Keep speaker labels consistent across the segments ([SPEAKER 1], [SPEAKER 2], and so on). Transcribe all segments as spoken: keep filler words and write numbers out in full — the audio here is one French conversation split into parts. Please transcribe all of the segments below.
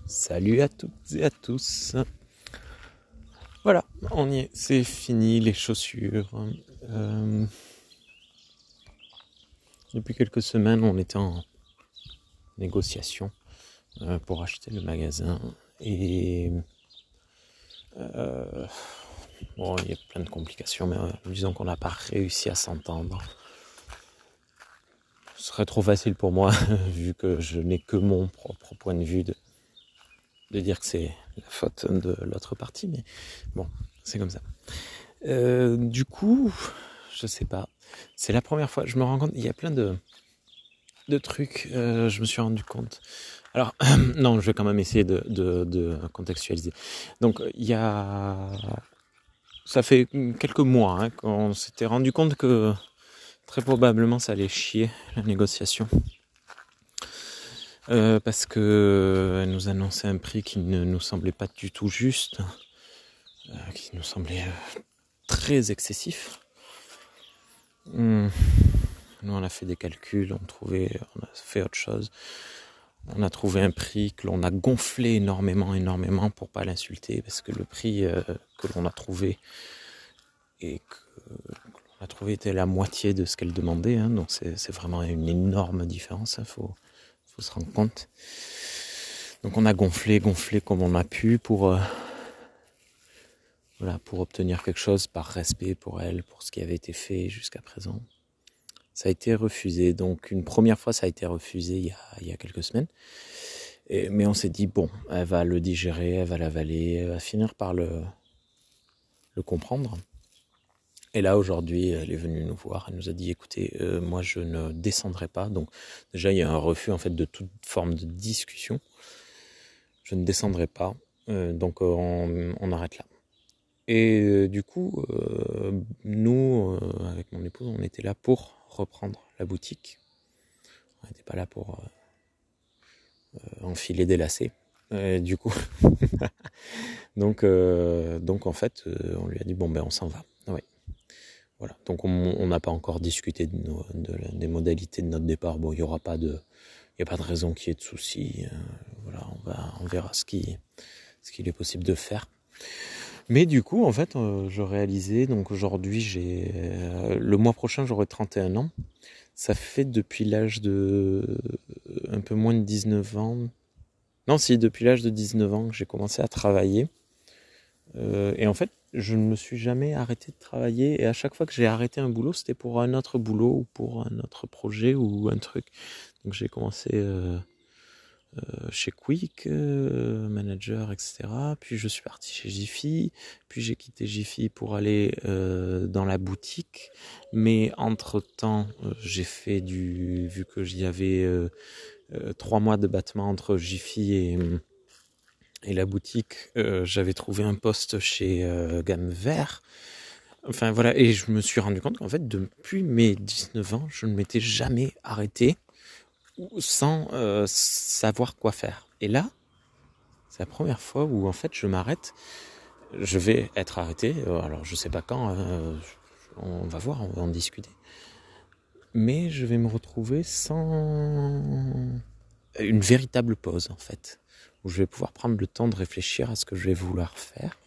[SPEAKER 1] Salut à toutes et à tous. Voilà, on y est, c'est fini les chaussures. Euh, depuis quelques semaines, on était en négociation euh, pour acheter le magasin et euh, bon, il y a plein de complications, mais euh, disons qu'on n'a pas réussi à s'entendre. Ce serait trop facile pour moi vu que je n'ai que mon propre point de vue de de dire que c'est la faute de l'autre partie, mais bon, c'est comme ça. Euh, du coup, je sais pas, c'est la première fois, je me rends compte, il y a plein de, de trucs, euh, je me suis rendu compte. Alors, non, je vais quand même essayer de, de, de contextualiser. Donc, il y a... Ça fait quelques mois hein, qu'on s'était rendu compte que très probablement ça allait chier, la négociation. Euh, parce que elle nous annonçait un prix qui ne nous semblait pas du tout juste, euh, qui nous semblait euh, très excessif. Hum. Nous on a fait des calculs, on trouvait, on a fait autre chose. On a trouvé un prix que l'on a gonflé énormément, énormément pour pas l'insulter, parce que le prix euh, que l'on a trouvé et que, que l'on a trouvé était la moitié de ce qu'elle demandait. Hein, donc c'est, c'est vraiment une énorme différence. Hein, faut faut se rendre compte. Donc on a gonflé, gonflé comme on a pu pour euh, voilà, pour obtenir quelque chose par respect pour elle, pour ce qui avait été fait jusqu'à présent. Ça a été refusé. Donc une première fois ça a été refusé il y a, il y a quelques semaines. Et, mais on s'est dit bon, elle va le digérer, elle va l'avaler, elle va finir par le, le comprendre. Et là aujourd'hui elle est venue nous voir, elle nous a dit écoutez, euh, moi je ne descendrai pas. Donc déjà il y a un refus en fait de toute forme de discussion. Je ne descendrai pas, euh, donc euh, on, on arrête là. Et euh, du coup, euh, nous, euh, avec mon épouse, on était là pour reprendre la boutique. On n'était pas là pour euh, euh, enfiler des lacets. Et du coup, donc, euh, donc en fait, euh, on lui a dit bon ben on s'en va. Ouais. Voilà. Donc on n'a pas encore discuté de nos, de, des modalités de notre départ. Bon, il y aura pas de, il y a pas de raison qu'il y ait de soucis. Euh, voilà, on va, on verra ce qui, ce qu'il est possible de faire. Mais du coup, en fait, euh, je réalisais, donc aujourd'hui, j'ai euh, le mois prochain, j'aurai trente et un ans. Ça fait depuis l'âge de euh, un peu moins de dix-neuf ans. Non, si, depuis l'âge de dix-neuf ans que j'ai commencé à travailler. Euh, et en fait, je ne me suis jamais arrêté de travailler. Et à chaque fois que j'ai arrêté un boulot, c'était pour un autre boulot ou pour un autre projet ou un truc. Donc j'ai commencé... Euh, Euh, chez Quick, euh, manager, et cetera. Puis je suis parti chez Jiffy. Puis j'ai quitté Jiffy pour aller euh, dans la boutique. Mais entre-temps, euh, j'ai fait du... Vu que j'y avais euh, euh, trois mois de battement entre Jiffy et, et la boutique, euh, j'avais trouvé un poste chez euh, Gamme Vert. Enfin voilà, et je me suis rendu compte qu'en fait, depuis mes dix-neuf ans, je ne m'étais jamais arrêté sans euh, savoir quoi faire. Et là, c'est la première fois où en fait je m'arrête, je vais être arrêté, alors je sais pas quand, euh, on va voir, on va en discuter. Mais je vais me retrouver sans une véritable pause en fait, où je vais pouvoir prendre le temps de réfléchir à ce que je vais vouloir faire.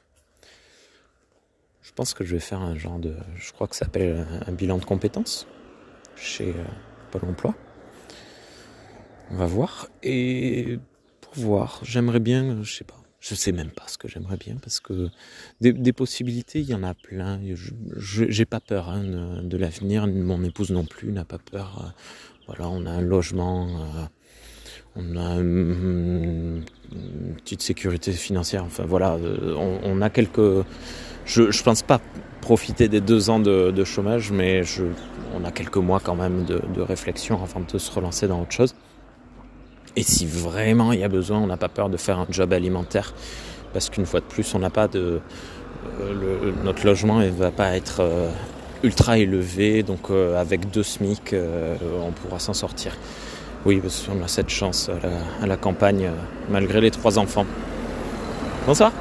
[SPEAKER 1] Je pense que je vais faire un genre de, je crois que ça s'appelle un bilan de compétences chez euh, Pôle emploi. On va voir. Et pour voir, j'aimerais bien, je sais pas, je sais même pas ce que j'aimerais bien parce que des, des possibilités, il y en a plein. Je, je, j'ai pas peur hein, de, de l'avenir. Mon épouse non plus n'a pas peur. Euh, voilà, on a un logement, euh, on a une, une petite sécurité financière. Enfin voilà, euh, on, on a quelques. Je, je pense pas profiter des deux ans de, de chômage, mais je, on a quelques mois quand même de, de réflexion avant de se relancer dans autre chose. Et si vraiment il y a besoin, on n'a pas peur de faire un job alimentaire parce qu'une fois de plus, on n'a pas de euh, le, notre logement ne va pas être euh, ultra élevé, donc euh, avec deux SMIC, euh, on pourra s'en sortir. Oui, parce qu'on a cette chance à la, à la campagne, euh, malgré les trois enfants. Bonsoir.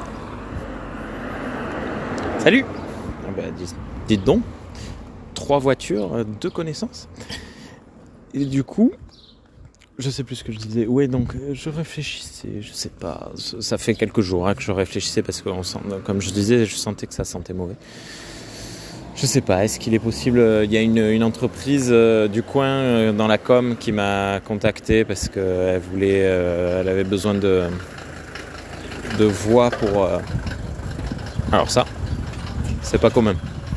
[SPEAKER 1] Salut. Ah bah, dites, dites donc, trois voitures, deux connaissances. Et du coup. je sais plus ce que je disais. Ouais, donc je réfléchissais, je sais pas. Ça fait quelques jours hein, que je réfléchissais parce que, on sent, comme je disais, je sentais que ça sentait mauvais. Je sais pas, est-ce qu'il est possible... Il y a une, une entreprise euh, du coin euh, dans la com qui m'a contacté parce qu'elle voulait... Euh, elle avait besoin de, de voix pour... Euh... Alors ça, c'est pas commun.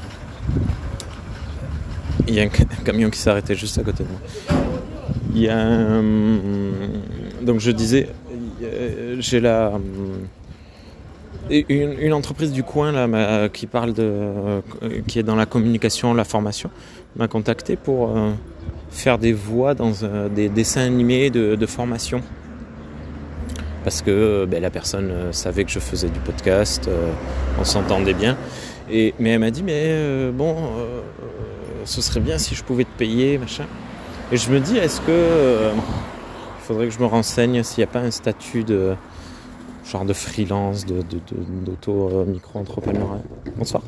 [SPEAKER 1] Il y a un, un camion qui s'est arrêté juste à côté de moi. Il y a un... Donc je disais, j'ai la... Une, une entreprise du coin là, qui parle de, euh, qui est dans la communication, la formation, m'a contacté pour euh, faire des voix dans euh, des dessins animés de, de formation. Parce que ben, la personne euh, savait que je faisais du podcast, euh, on s'entendait bien. Et, mais elle m'a dit, mais euh, bon, euh, ce serait bien si je pouvais te payer, machin. Et je me dis, est-ce que euh, il faudrait que je me renseigne s'il n'y a pas un statut de genre de freelance, de, de, de, d'auto-micro-entrepreneuriat. Bonsoir.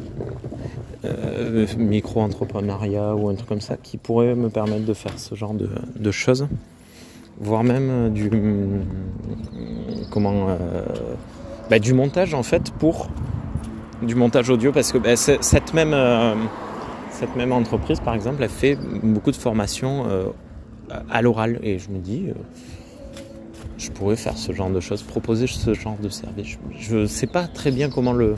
[SPEAKER 1] Euh, micro-entrepreneuriat ou un truc comme ça qui pourrait me permettre de faire ce genre de, de choses. Voire même du comment euh, bah, du montage en fait pour du montage audio parce que bah, cette même euh, cette même entreprise par exemple elle fait beaucoup de formations euh, à l'oral et je me dis euh, je pourrais faire ce genre de choses, proposer ce genre de service. Je ne sais pas très bien comment le,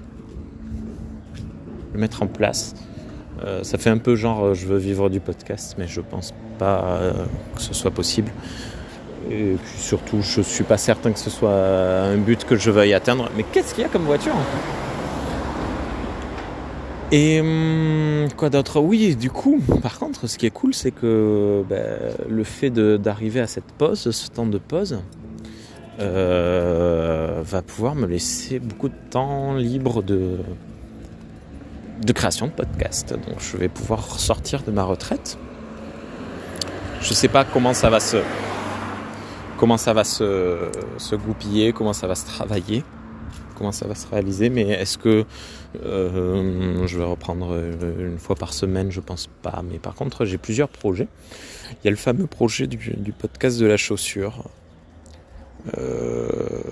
[SPEAKER 1] le mettre en place. Euh, ça fait un peu genre euh, je veux vivre du podcast, mais je pense pas euh, que ce soit possible. Et puis surtout, je suis pas certain que ce soit un but que je veuille atteindre. Mais qu'est-ce qu'il y a comme voiture ? Et hum, quoi d'autre ? Oui, du coup, par contre, ce qui est cool, c'est que ben, le fait de, d'arriver à cette pause, ce temps de pause, euh, va pouvoir me laisser beaucoup de temps libre de, de création de podcast. Donc, je vais pouvoir sortir de ma retraite. Je sais pas comment ça va se, comment ça va se, se goupiller, comment ça va se travailler. Comment ça va se réaliser, mais est-ce que euh, je vais reprendre une fois par semaine? Je pense pas, mais par contre j'ai plusieurs projets. Il y a le fameux projet du, du podcast de la chaussure. Euh,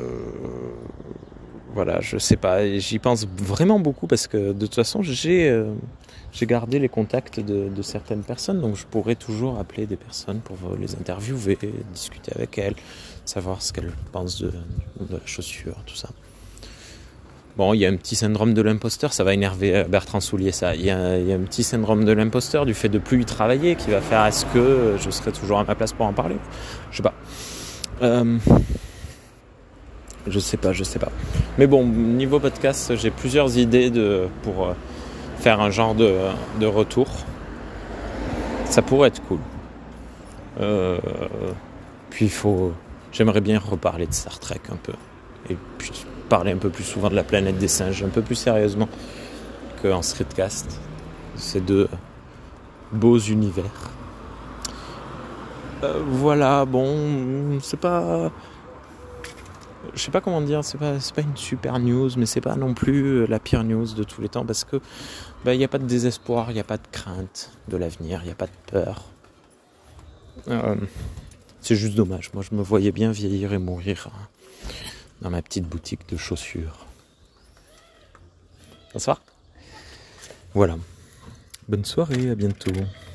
[SPEAKER 1] voilà, je sais pas, j'y pense vraiment beaucoup parce que de toute façon j'ai, euh, j'ai gardé les contacts de, de certaines personnes, donc je pourrais toujours appeler des personnes pour les interviewer, discuter avec elles, savoir ce qu'elles pensent de, de la chaussure, tout ça. Bon, il y a un petit syndrome de l'imposteur, ça va énerver Bertrand Soulier, ça. Il y a, il y a un petit syndrome de l'imposteur du fait de plus y travailler qui va faire est-ce que je serai toujours à ma place pour en parler ? Je sais pas. Euh, je sais pas, je sais pas. Mais bon, niveau podcast, j'ai plusieurs idées de, pour faire un genre de, de retour. Ça pourrait être cool. Euh, puis il faut... J'aimerais bien reparler de Star Trek un peu. Et puis... parler un peu plus souvent de la planète des singes, un peu plus sérieusement qu'en streetcast. Ces deux beaux univers. Euh, voilà, bon, c'est pas... Je sais pas comment dire, c'est pas, c'est pas une super news, mais c'est pas non plus la pire news de tous les temps, parce que bah, y a pas de désespoir, il n'y a pas de crainte de l'avenir, il n'y a pas de peur. Euh, c'est juste dommage, moi je me voyais bien vieillir et mourir hein, dans ma petite boutique de chaussures. Bonsoir. Voilà. Bonne soirée, à bientôt.